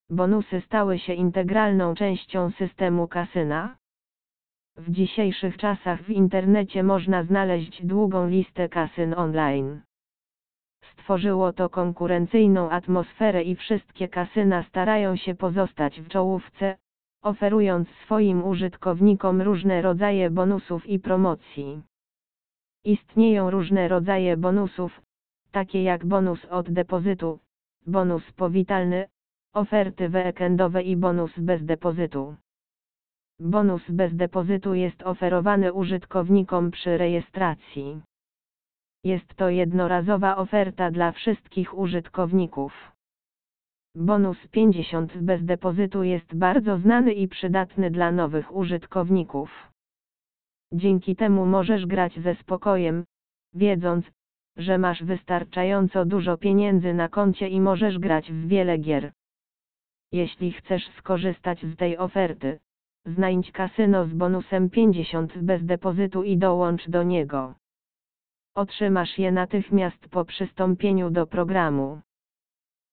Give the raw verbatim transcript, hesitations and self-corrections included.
Bonusy stały się integralną częścią systemu kasyna. W dzisiejszych czasach w internecie można znaleźć długą listę kasyn online. Stworzyło to konkurencyjną atmosferę i wszystkie kasyna starają się pozostać w czołówce, oferując swoim użytkownikom różne rodzaje bonusów i promocji. Istnieją różne rodzaje bonusów, takie jak bonus od depozytu, bonus powitalny, oferty weekendowe i bonus bez depozytu. Bonus bez depozytu jest oferowany użytkownikom przy rejestracji. Jest to jednorazowa oferta dla wszystkich użytkowników. Bonus pięćdziesiąt bez depozytu jest bardzo znany i przydatny dla nowych użytkowników. Dzięki temu możesz grać ze spokojem, wiedząc, że masz wystarczająco dużo pieniędzy na koncie i możesz grać w wiele gier. Jeśli chcesz skorzystać z tej oferty, znajdź kasyno z bonusem pięćdziesiąt bez depozytu i dołącz do niego. Otrzymasz je natychmiast po przystąpieniu do programu.